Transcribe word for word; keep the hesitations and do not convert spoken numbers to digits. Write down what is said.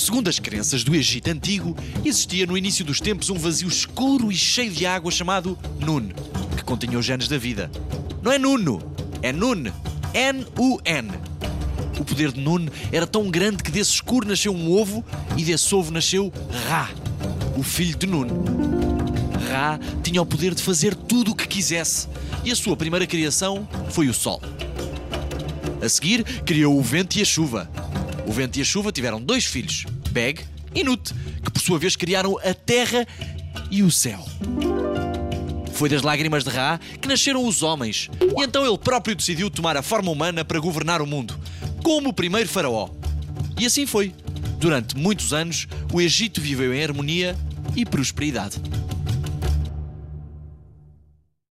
Segundo as crenças do Egito Antigo, existia no início dos tempos um vazio escuro e cheio de água chamado Nun, que continha os genes da vida. Não é Nuno, é Nun. N U N. O poder de Nun era tão grande que desse escuro nasceu um ovo e desse ovo nasceu Ra, o filho de Nun. Ra tinha o poder de fazer tudo o que quisesse e a sua primeira criação foi o Sol. A seguir, criou o vento e a chuva. O vento e a chuva tiveram dois filhos, Beg e Nut, que por sua vez criaram a terra e o céu. Foi das lágrimas de Ra que nasceram os homens, e então ele próprio decidiu tomar a forma humana para governar o mundo, como o primeiro faraó. E assim foi. Durante muitos anos, o Egito viveu em harmonia e prosperidade.